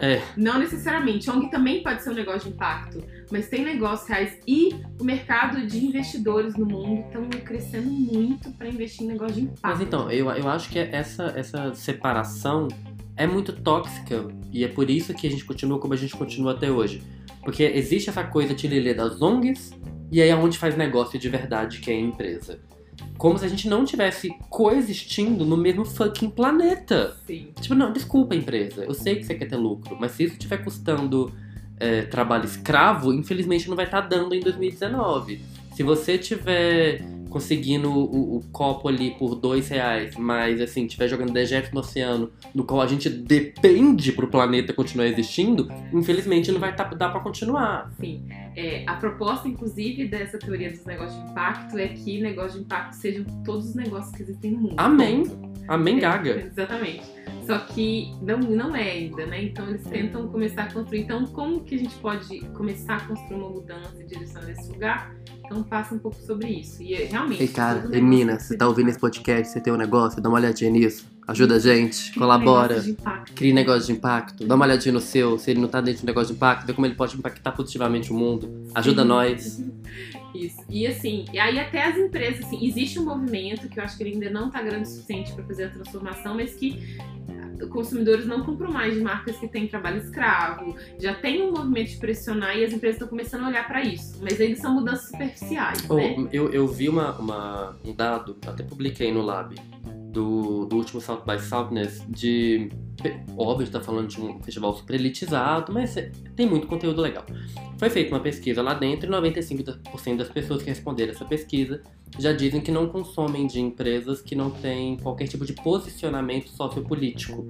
É. Não necessariamente. O ONG também pode ser um negócio de impacto, mas tem negócios reais. E o mercado de investidores no mundo estão crescendo muito para investir em negócio de impacto. Mas então, eu, eu acho que essa, essa separação é muito tóxica. E é por isso que a gente continua como a gente continua até hoje. Porque existe essa coisa tilelê das ONGs, e aí é onde faz negócio de verdade, que é a empresa. Como se a gente não tivesse coexistindo no mesmo fucking planeta. Sim. Tipo, não, desculpa, empresa. Eu sei que você quer ter lucro, mas se isso estiver custando é, trabalho escravo, infelizmente não vai estar dando em dois mil e dezenove. Se você tiver conseguindo o, o copo ali por dois reais, mas assim, estiver jogando dejetos no oceano, no qual a gente depende pro planeta continuar existindo, infelizmente não vai tá, dar pra continuar. Sim. É, a proposta, inclusive, dessa teoria dos negócios de impacto é que negócios de impacto sejam todos os negócios que existem no mundo. Amém. Ponto. Amém, É, gaga. Exatamente. Só que não, não é ainda, né? Então eles tentam começar a construir. Então, como que a gente pode começar a construir uma mudança em direção a esse lugar? Então passa um pouco sobre isso. E realmente. Ei, cara, todo ei, negócio mina, tem que você ser tá de ouvindo esse impacto. podcast, você tem um negócio, dá uma olhadinha nisso. Ajuda a gente, Cria colabora. negócio de impacto. Cria negócio de impacto, dá uma olhadinha no seu, se ele não tá dentro do negócio de impacto, vê como ele pode impactar positivamente o mundo. Ajuda Sim. nós. Isso. E assim, e aí até as empresas, assim, existe um movimento que eu acho que ele ainda não tá grande o suficiente para fazer a transformação, mas que consumidores não compram mais de marcas que têm trabalho escravo. Já tem um movimento de pressionar e as empresas estão começando a olhar para isso. Mas ainda são mudanças superficiais, Oh, né? eu, eu vi uma, uma- um dado, até publiquei no Lab, do, do último South by Southwest, de... Óbvio, a gente tá falando de um festival super elitizado, mas é- tem muito conteúdo legal. Foi feita uma pesquisa lá dentro e noventa e cinco por cento das pessoas que responderam essa pesquisa já dizem que não consomem de empresas que não têm qualquer tipo de posicionamento sociopolítico.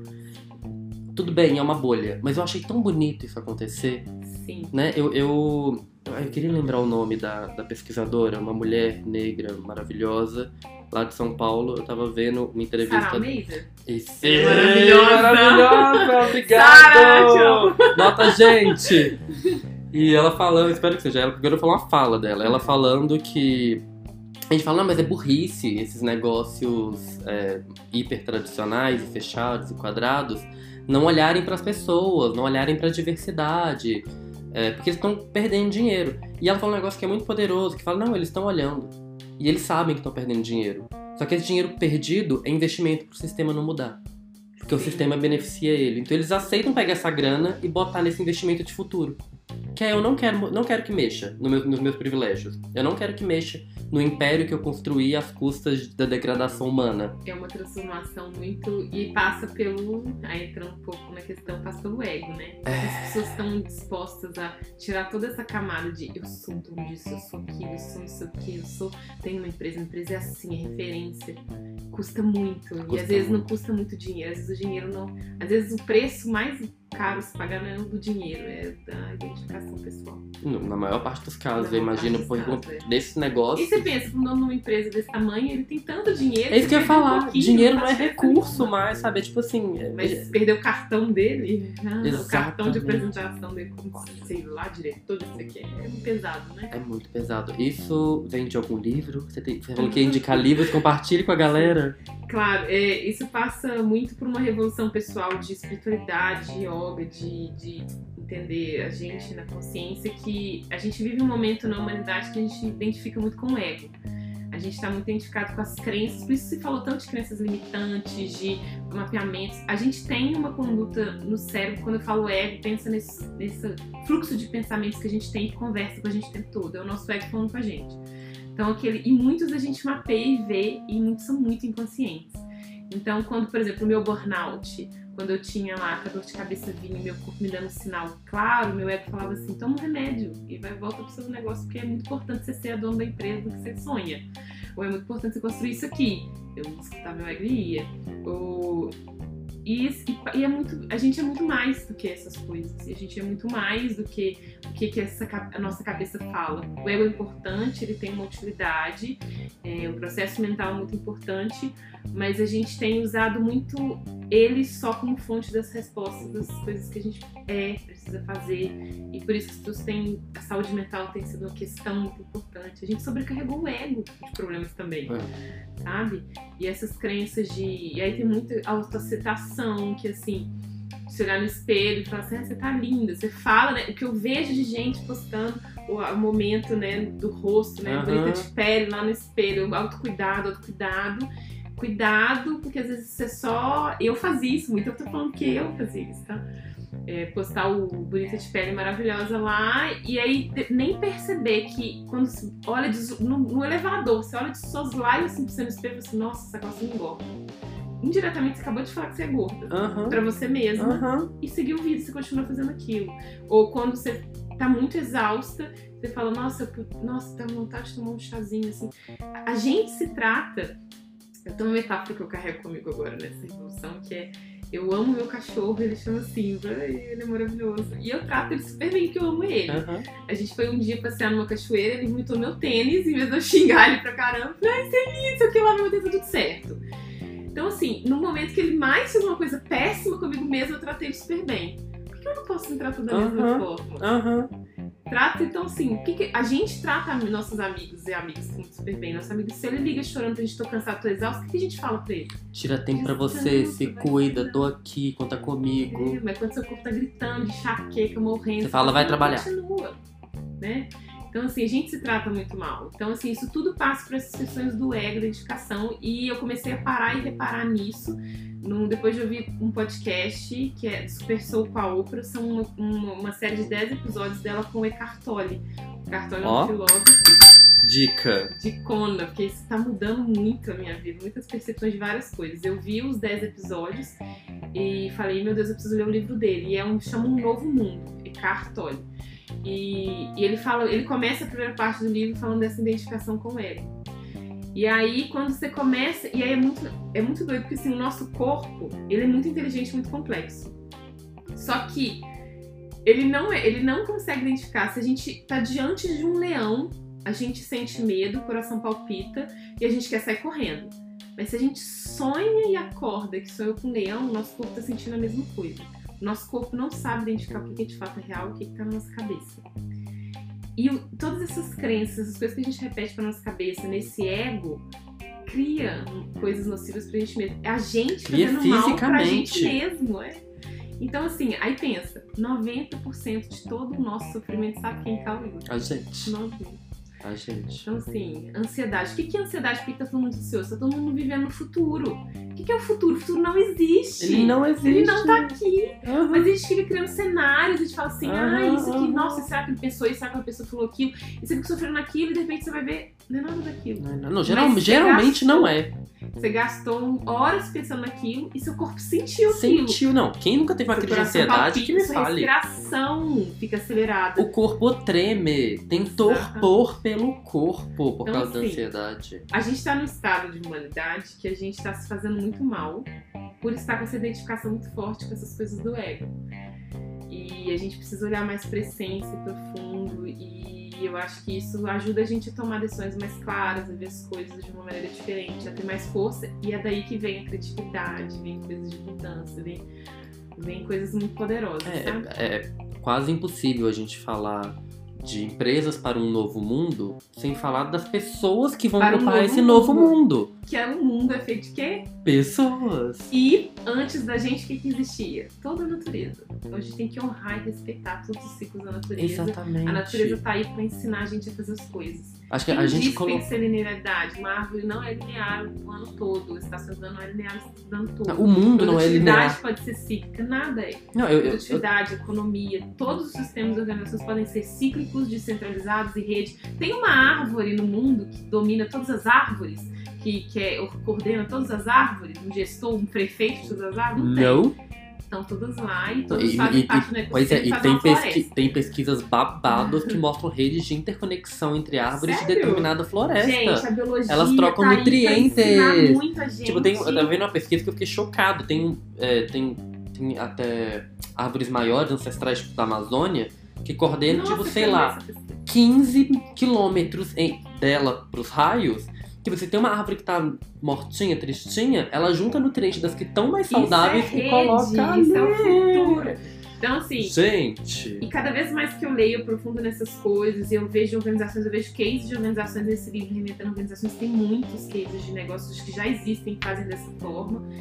Tudo bem, é uma bolha, mas eu achei tão bonito isso acontecer, Sim. né? Eu, eu, eu queria lembrar o nome da, da pesquisadora, uma mulher negra maravilhosa, lá de São Paulo. Eu tava vendo uma entrevista... Sarah Almeida? Isso. É maravilhosa. Maravilhosa, obrigado! Sarah, te amo. Nota, gente! E ela falando, espero que seja ela, porque eu vou falar uma fala dela. Ela falando que... A gente fala, não, mas é burrice esses negócios é, hiper tradicionais e fechados e quadrados não olharem para as pessoas, não olharem para a diversidade, é, porque eles estão perdendo dinheiro. E ela fala um negócio que é muito poderoso, que fala, não, eles estão olhando. E eles sabem que estão perdendo dinheiro. Só que esse dinheiro perdido é investimento para o sistema não mudar. Porque o sistema beneficia ele. Então eles aceitam pegar essa grana e botar nesse investimento de futuro. Que é, eu não quero, não quero que mexa no meu, nos meus privilégios. Eu não quero que mexa no império que eu construí às custas da degradação humana. É uma transformação muito... E passa pelo... Aí entra um pouco na questão, passa pelo ego, né? As pessoas estão dispostas a tirar toda essa camada de eu sou um dono disso, eu sou aquilo, eu sou isso aqui, eu sou... Tenho uma empresa, a empresa é assim, é referência. Custa muito. Custa e às vezes muito. não custa muito dinheiro. Às vezes o dinheiro não... Às vezes o preço mais caro se pagar não é o do dinheiro, é da identificação pessoal. Na maior parte dos casos, Na eu maior imagino, parte por dos exemplo, casos, é. desse negócio... E você pensa, um dono de uma empresa desse tamanho, ele tem tanto dinheiro... É isso que eu ia perde um falar. pouquinho, Dinheiro não é faz diferença recurso nenhuma. mais, sabe? É tipo assim... é- Mas perdeu o cartão dele, ah, o cartão de Exatamente. apresentação dele, como sei lá, diretor disso aqui, é muito pesado, né? É muito pesado. Isso vem de algum livro? Você, tem, você falou que ia indicar livros, compartilhe com a galera. Claro, é, isso passa muito por uma revolução pessoal de espiritualidade, de yoga, de, de entender a gente na consciência que a gente vive um momento na humanidade que a gente identifica muito com o ego. A gente está muito identificado com as crenças, por isso se falou tanto de crenças limitantes, de mapeamentos. A gente tem uma conduta no cérebro, quando eu falo ego, pensa nesse, nesse fluxo de pensamentos que a gente tem que conversa com a gente o tempo todo. É o nosso ego falando com a gente. Então, aquele, e muitos a gente mapeia e vê, e muitos são muito inconscientes. Então, quando, por exemplo, o meu burnout, quando eu tinha lá a dor de cabeça vinha e meu corpo me dando um sinal claro, meu ego falava assim, toma um remédio e vai volta pro seu negócio, porque é muito importante você ser a dona da empresa que você sonha. Ou é muito importante você construir isso aqui. Eu escutava meu ego e ia. Ou... E, e, e é muito, a gente é muito mais do que essas coisas. E a gente é muito mais do que o que, que essa, a nossa cabeça fala. O ego é importante, ele tem uma utilidade, é, o processo mental é muito importante, mas a gente tem usado muito ele só como fonte das respostas das coisas que a gente é, precisa fazer. E por isso que as pessoas têm, a saúde mental tem sido uma questão muito importante. A gente sobrecarregou o ego de problemas também, É. sabe? E essas crenças de... E aí tem muita autoaceitação, que assim, se olhar no espelho e falar assim, ah, você tá linda. Você fala, né? O que eu vejo de gente postando o, o momento, né, do rosto, né? Uhum. Bonita de pele lá no espelho. Autocuidado, autocuidado. Cuidado, porque às vezes você só... Eu fazia isso muito, eu tô falando que eu fazia isso, tá? É, postar o Bonita de Pele Maravilhosa lá e aí nem perceber que quando você olha de, no, no elevador, você olha de soslaio assim pra você no espelho e fala assim, nossa, essa calça não engorda. Indiretamente você acabou de falar que você é gorda Uhum. pra você mesma Uhum. e seguir o vídeo, você continua fazendo aquilo. Ou quando você tá muito exausta, você fala, nossa, eu, nossa, tá com vontade de tomar um chazinho assim. A gente se trata... Eu tenho uma metáfora que eu carrego comigo agora nessa evolução, que é eu amo meu cachorro, ele chama Simba, e ele é maravilhoso. E eu trato ele super bem, que eu amo ele. Uhum. A gente foi um dia passear numa cachoeira, ele vomitou meu tênis, em vez de eu xingar ele pra caramba, eu falei, ai, você é lindo, isso aqui lá, meu Deus, tá tudo certo. Então, assim, no momento que ele mais fez uma coisa péssima comigo mesmo, eu tratei ele super bem. Por que eu não posso me tratar da mesma Uhum. forma? Uhum. Trata, então, assim, o que que... a gente trata nossos amigos e amigas super bem. Nosso amigo, se ele liga chorando pra gente, tô cansado, tô exausto, o que que a gente fala pra ele? Tira tempo pra você, se cuida, tô aqui, conta comigo. É, mas quando seu corpo tá gritando, de enxaqueca, morrendo... Você fala, vai não, trabalhar. Continua, né? Então, assim, a gente se trata muito mal. Então, assim, isso tudo passa por essas questões do ego, da identificação. E eu comecei a parar e reparar nisso. No, depois de ouvir um podcast que é Super Soul com a Oprah. São uma, uma, uma série de dez episódios dela com o Eckhart Tolle. O Eckhart Tolle é um Ó. filósofo Dica. de Kona, porque isso tá mudando muito a minha vida. Muitas percepções de várias coisas. Eu vi os dez episódios e falei, meu Deus, eu preciso ler o livro dele. E é um, chama Um Novo Mundo, Eckhart Tolle. E, e ele fala, ele começa a primeira parte do livro falando dessa identificação com o ego. E aí, quando você começa... E aí é muito, é muito doido, porque assim, o nosso corpo, ele é muito inteligente, muito complexo. Só que ele não, é, ele não consegue identificar. Se a gente tá diante de um leão, a gente sente medo, o coração palpita e a gente quer sair correndo. Mas se a gente sonha e acorda que sonhou com um leão, o nosso corpo tá sentindo a mesma coisa. O nosso corpo não sabe identificar o que é de fato real e o que está na nossa cabeça. E o, todas essas crenças, essas coisas que a gente repete pra nossa cabeça, nesse ego, cria coisas nocivas pra gente mesmo. É a gente Cria fazendo mal pra gente fisicamente. mesmo, é. Então, assim, aí pensa, noventa por cento de todo o nosso sofrimento sabe quem causa? A gente. Nós mesmos. A gente. Então, assim, ansiedade. O que é ansiedade? Por que tá todo mundo ansioso? Tá todo mundo vivendo no futuro. O que é o futuro? O futuro não existe. Ele não existe. Ele não tá aqui. Uhum. Mas a gente fica criando cenários, a gente fala assim, Aham, ah, isso aqui, aham. nossa, será que ele pensou isso? Será que a pessoa falou aquilo? E você fica sofrendo aquilo e de repente você vai ver, não é nada daquilo. Não, não, não, geral- Mas você geralmente gastou. não é. Você gastou horas pensando naquilo e seu corpo sentiu aquilo. Sentiu, não. Quem nunca teve uma Seu crise de coração ansiedade palpita, que me sua fale. respiração fica acelerada. O corpo treme, tem torpor pelo corpo por Então, causa da assim, ansiedade. A gente tá num estado de humanidade que a gente tá se fazendo muito mal por estar com essa identificação muito forte com essas coisas do ego. E a gente precisa olhar mais pra essência, profundo, e eu acho que isso ajuda a gente a tomar decisões mais claras, a ver as coisas de uma maneira diferente, a ter mais força, e é daí que vem a criatividade, vem coisas de mudança, vem, vem coisas muito poderosas, sabe? É, é quase impossível a gente falar de empresas para um novo mundo sem falar das pessoas que vão Para um ocupar novo esse novo mundo. mundo. Que é um mundo é feito de quê? Pessoas. E antes da gente, o que, que existia? Toda a natureza. Então a gente tem que honrar e respeitar todos os ciclos da natureza. Exatamente. A natureza tá aí pra ensinar a gente a fazer as coisas. Acho que Quem a gente disse que tem colocou. que ser linearidade? Uma árvore não é linear o ano todo. A estação do ano não é linear o ano todo. O mundo não é Produtividade linear. pode ser cíclica, nada é. Não, eu, eu, eu, Produtividade, economia, todos os sistemas de organizações podem ser cíclicos, descentralizados e rede. Tem uma árvore no mundo que domina todas as árvores, que, que é, coordena todas as árvores, um gestor, um prefeito de todas as árvores? Não tem. não. Estão todas lá e todas E, fazem e- parte do e- ecossistema pois é, e e fazem tem, uma pesqui- floresta. tem pesquisas babadas que mostram redes de interconexão entre árvores Sério? de determinada floresta. Gente, a biologia Elas trocam tá aí nutrientes. pra ensinar muita gente. Tipo, tem, eu tava vendo uma pesquisa que eu fiquei chocado. Tem, é, tem, tem até árvores maiores, ancestrais tipo, da Amazônia, que coordenam, Nossa, tipo, sei eu lá, vi essa pesquisa. quinze quilômetros em- dela pros raios. Que você tem uma árvore que tá mortinha, tristinha, ela junta nutrientes das que estão mais saudáveis isso é e rede, coloca isso é o ali. futuro. Então, assim, Gente, e cada vez mais que eu leio, eu aprofundo nessas coisas, eu vejo organizações, eu vejo cases de organizações nesse livro, Reinventando Organizações, tem muitos cases de negócios que já existem e fazem dessa forma.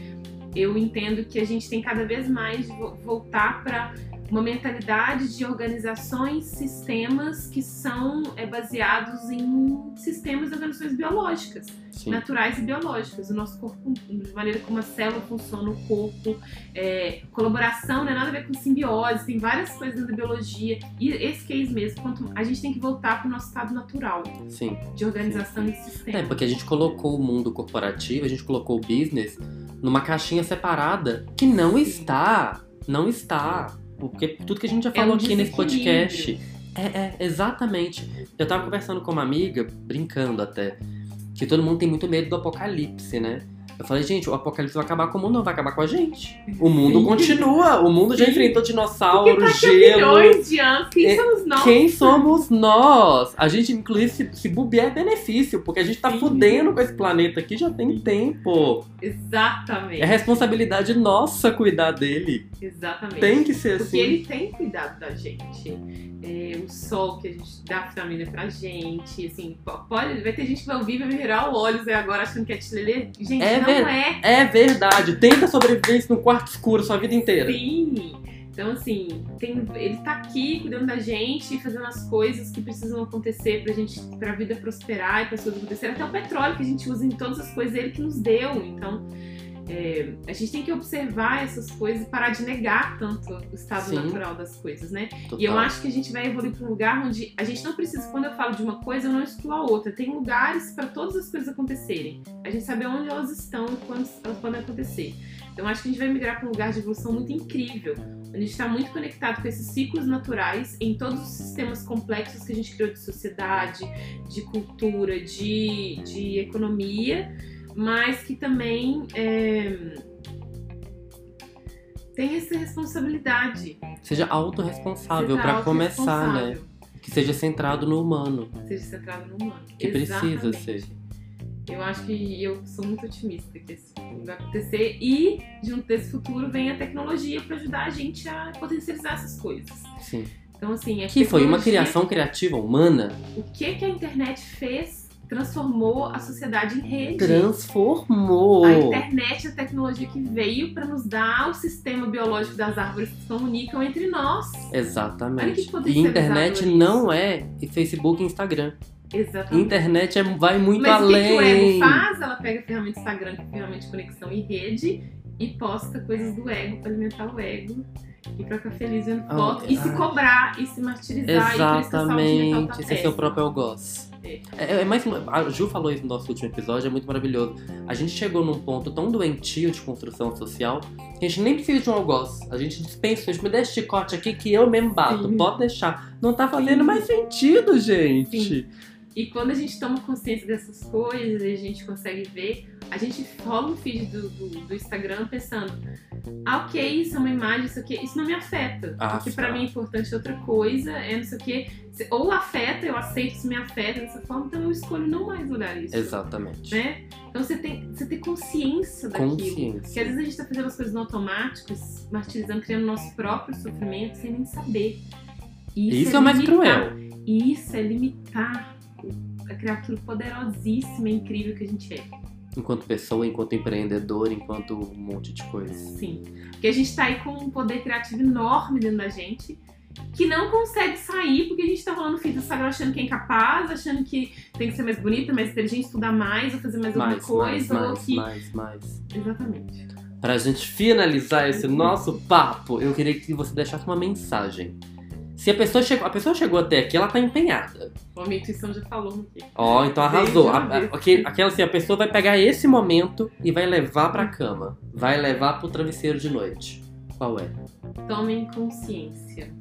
eu entendo que a gente tem cada vez mais de voltar para uma mentalidade de organizações, sistemas que são é, baseados em sistemas de organizações biológicas, Sim. naturais e biológicas. O nosso corpo, de maneira como a célula funciona, o corpo, é, colaboração, não é nada a ver com simbiose, tem várias coisas dentro da biologia. E esse case mesmo, quanto, a gente tem que voltar para o nosso estado natural Sim. de organização Sim. e sistema. É, porque a gente colocou o mundo corporativo, a gente colocou o business numa caixinha separada que não Sim. está, não está. Porque tudo que a gente já falou é um aqui nesse podcast. É, é, exatamente. Eu tava conversando com uma amiga, brincando até, que todo mundo tem muito medo do apocalipse, né? Eu falei, gente, o apocalipse vai acabar com o mundo, não vai acabar com a gente. O mundo Sim. continua. O mundo Sim. já enfrentou dinossauro, tá gelo. Milhões de anos. Quem é, somos nós? Quem somos nós? A gente, inclusive, se, se bobear é benefício, porque a gente tá Sim. fudendo com esse planeta aqui já tem tempo. Exatamente. É responsabilidade nossa cuidar dele. Exatamente. Tem que ser porque assim. Porque ele tem cuidado da gente. É, o sol que a gente dá vitamina pra gente. Assim, pode, vai ter gente que vai ouvir e vai me virar os olhos aí agora achando que é tilelê. Gente, é não ver... é. É verdade. Tenta sobreviver isso no quarto escuro sua vida inteira. Sim. Então, assim, tem, ele tá aqui cuidando da gente, fazendo as coisas que precisam acontecer pra gente, pra vida prosperar e pra coisas acontecerem. Até o petróleo que a gente usa em todas as coisas, ele que nos deu. Então, é, a gente tem que observar essas coisas e parar de negar tanto o estado Sim. natural das coisas, né? Total. E eu acho que a gente vai evoluir pra um lugar onde a gente não precisa, quando eu falo de uma coisa, eu não excluo a outra. Tem lugares pra todas as coisas acontecerem. A gente sabe onde elas estão e quando elas podem acontecer. Então, acho que a gente vai migrar para um lugar de evolução muito incrível, onde a gente está muito conectado com esses ciclos naturais em todos os sistemas complexos que a gente criou de sociedade, de cultura, de, de economia, mas que também é, tem essa responsabilidade. Seja autorresponsável para começar, né? Que seja centrado no humano. Seja centrado no humano. Que Exatamente. precisa ser. Eu acho que eu sou muito otimista que isso vai acontecer e, junto desse futuro, vem a tecnologia para ajudar a gente a potencializar essas coisas. Sim. Então, assim, a que foi uma criação criativa humana. O que, que a internet fez transformou a sociedade em rede. Transformou! A internet, a tecnologia que veio para nos dar o sistema biológico das árvores que se comunicam entre nós. Exatamente. Olha que e internet não é Facebook e Instagram. Exatamente. Internet é, vai muito Mas além. Mas o que, que o ego faz? Ela pega a ferramenta Instagram, que é a ferramenta de conexão e rede, e posta coisas do ego para alimentar o ego. E pra ficar feliz vendo foto. Oh, e ah. se cobrar, e se martirizar. Exatamente. E esse é seu próprio algoz. É. É, é mais, a Ju falou isso no nosso último episódio, é muito maravilhoso. A gente chegou num ponto tão doentio de construção social que a gente nem precisa de um algoz. A gente dispensa, a gente me dá esse chicote aqui que eu mesmo bato. Sim. Pode deixar. Não tá fazendo Sim. mais sentido, gente. Sim. E quando a gente toma consciência dessas coisas, a gente consegue ver, a gente rola um feed do, do, do Instagram pensando, ah, ok, isso é uma imagem, isso aqui, isso não me afeta. Ah, porque pra mim é importante outra coisa, é não sei o que. Ou afeta, eu aceito se me afeta dessa forma, então eu escolho não mais olhar isso. Exatamente. Né? Então você tem, você tem consciência daquilo. Consciência. Porque às vezes a gente tá fazendo as coisas no automático, martirizando, criando nosso próprio sofrimento sem nem saber. E isso, isso é, é mais cruel. E isso é limitar a criar aquilo poderosíssimo e incrível que a gente é. Enquanto pessoa, enquanto empreendedor, enquanto um monte de coisa. Sim. Porque a gente tá aí com um poder criativo enorme dentro da gente, que não consegue sair porque a gente tá rolando fita Instagram achando que é incapaz, achando que tem que ser mais bonita, mais inteligente, estudar mais, ou fazer mais, mais alguma coisa. Mais, ou mais, que... mais, mais. Exatamente. Pra gente finalizar esse nosso papo, eu queria que você deixasse uma mensagem. Se a pessoa chegou, a pessoa chegou até aqui, ela tá empenhada. A minha intuição já falou aqui. Ó, oh, então arrasou. A, a, okay, aquela assim, a pessoa vai pegar esse momento e vai levar pra cama. Vai levar pro travesseiro de noite. Qual é? Tomem consciência.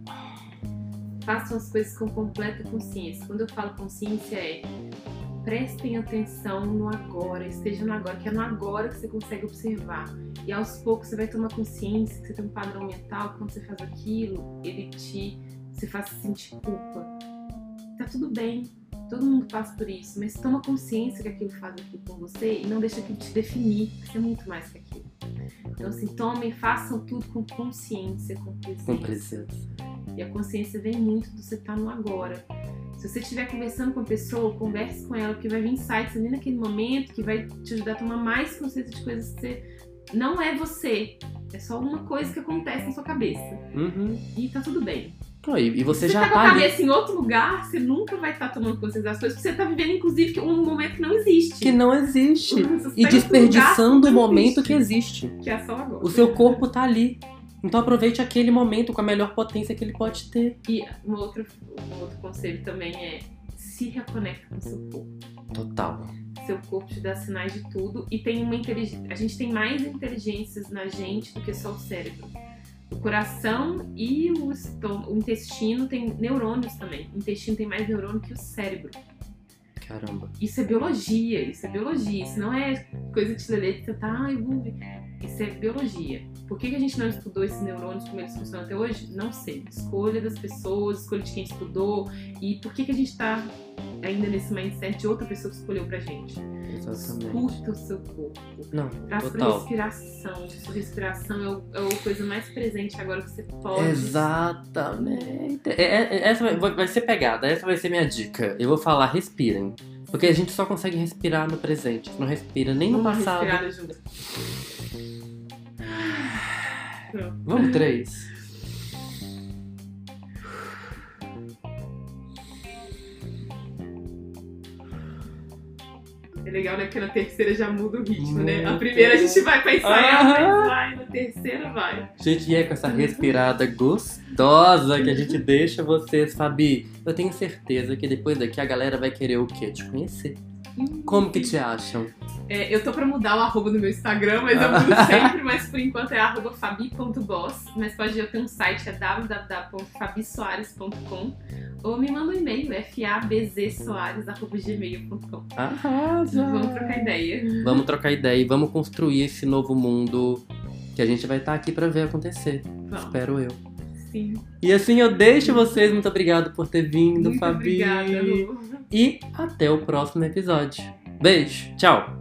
Façam as coisas com completa consciência. Quando eu falo consciência é prestem atenção no agora, estejam no agora, que é no agora que você consegue observar. E aos poucos você vai tomar consciência que você tem um padrão mental, que quando você faz aquilo, ele te... você faz sentir culpa. Tá tudo bem, todo mundo passa por isso, mas toma consciência que aquilo faz aquilo com você e não deixa aquilo te definir, você é muito mais que aquilo. Então assim, tomem, façam tudo com consciência, com presença. Com presença. E a consciência vem muito do você estar no agora. Se você estiver conversando com a pessoa, converse com ela, porque vai vir insights ali naquele momento que vai te ajudar a tomar mais consciência de coisas que você não é você. É só uma coisa que acontece na sua cabeça. Uhum. E tá tudo bem. Oh, e, e você Se já você tá tá com a ali. cabeça em outro lugar, você nunca vai estar tomando consciência das coisas, porque você tá vivendo, inclusive, um momento que não existe. Que não existe. Você E tá em outro desperdiçando lugar o momento existe. que existe. Que é só agora. O seu corpo tá ali. Então aproveite aquele momento com a melhor potência que ele pode ter. E um outro, um outro conselho também é se reconecta com o seu corpo. Total. Seu corpo te dá sinais de tudo. E tem uma inteligência. A gente tem mais inteligências na gente do que só o cérebro. O coração e o, estômago, o intestino tem neurônios também. O intestino tem mais neurônio que o cérebro. Caramba. Isso é biologia, isso é biologia. Isso não é coisa de lelê que você tá, ah, eu vou ver. Isso é biologia. Por que que a gente não estudou esses neurônios como eles funcionam até hoje? Não sei. Escolha das pessoas, escolha de quem estudou. E por que que a gente tá ainda nesse mindset de outra pessoa que escolheu pra gente? Exatamente. Escuta o seu corpo. Não, Traz pra total. respiração. Sua respiração é, o, é a coisa mais presente agora que você pode. Exatamente. É, é, essa vai, vai ser pegada, essa vai ser minha dica. Eu vou falar, respirem. Porque a gente só consegue respirar no presente. Não respira nem no Uma passado. respirada junto. Pronto. Vamos, três. É legal, né? Porque na terceira já muda o ritmo, né? A Muito. primeira a gente vai pra ensaiar, Aham. mas vai. Na terceira vai. Gente, e é com essa respirada gostosa que a gente deixa vocês, Fabi. Eu tenho certeza que depois daqui a galera vai querer o quê? Te conhecer. Como que te acham? É, eu tô pra mudar o arroba no meu Instagram, mas eu mudo sempre, mas por enquanto é arroba fabi ponto boss. Mas pode ir, eu tenho um site, é w w w ponto fabi soares ponto com, ou me manda um e-mail, fabzsoares arroba gmail ponto com. Arrasa! Vamos trocar ideia. Vamos trocar ideia e vamos construir esse novo mundo que a gente vai estar aqui pra ver acontecer. Vamos. Espero eu. Sim. E assim eu deixo vocês. Muito obrigado por ter vindo, Muito Fabi. obrigada, Lu. E até o próximo episódio. Beijo, tchau!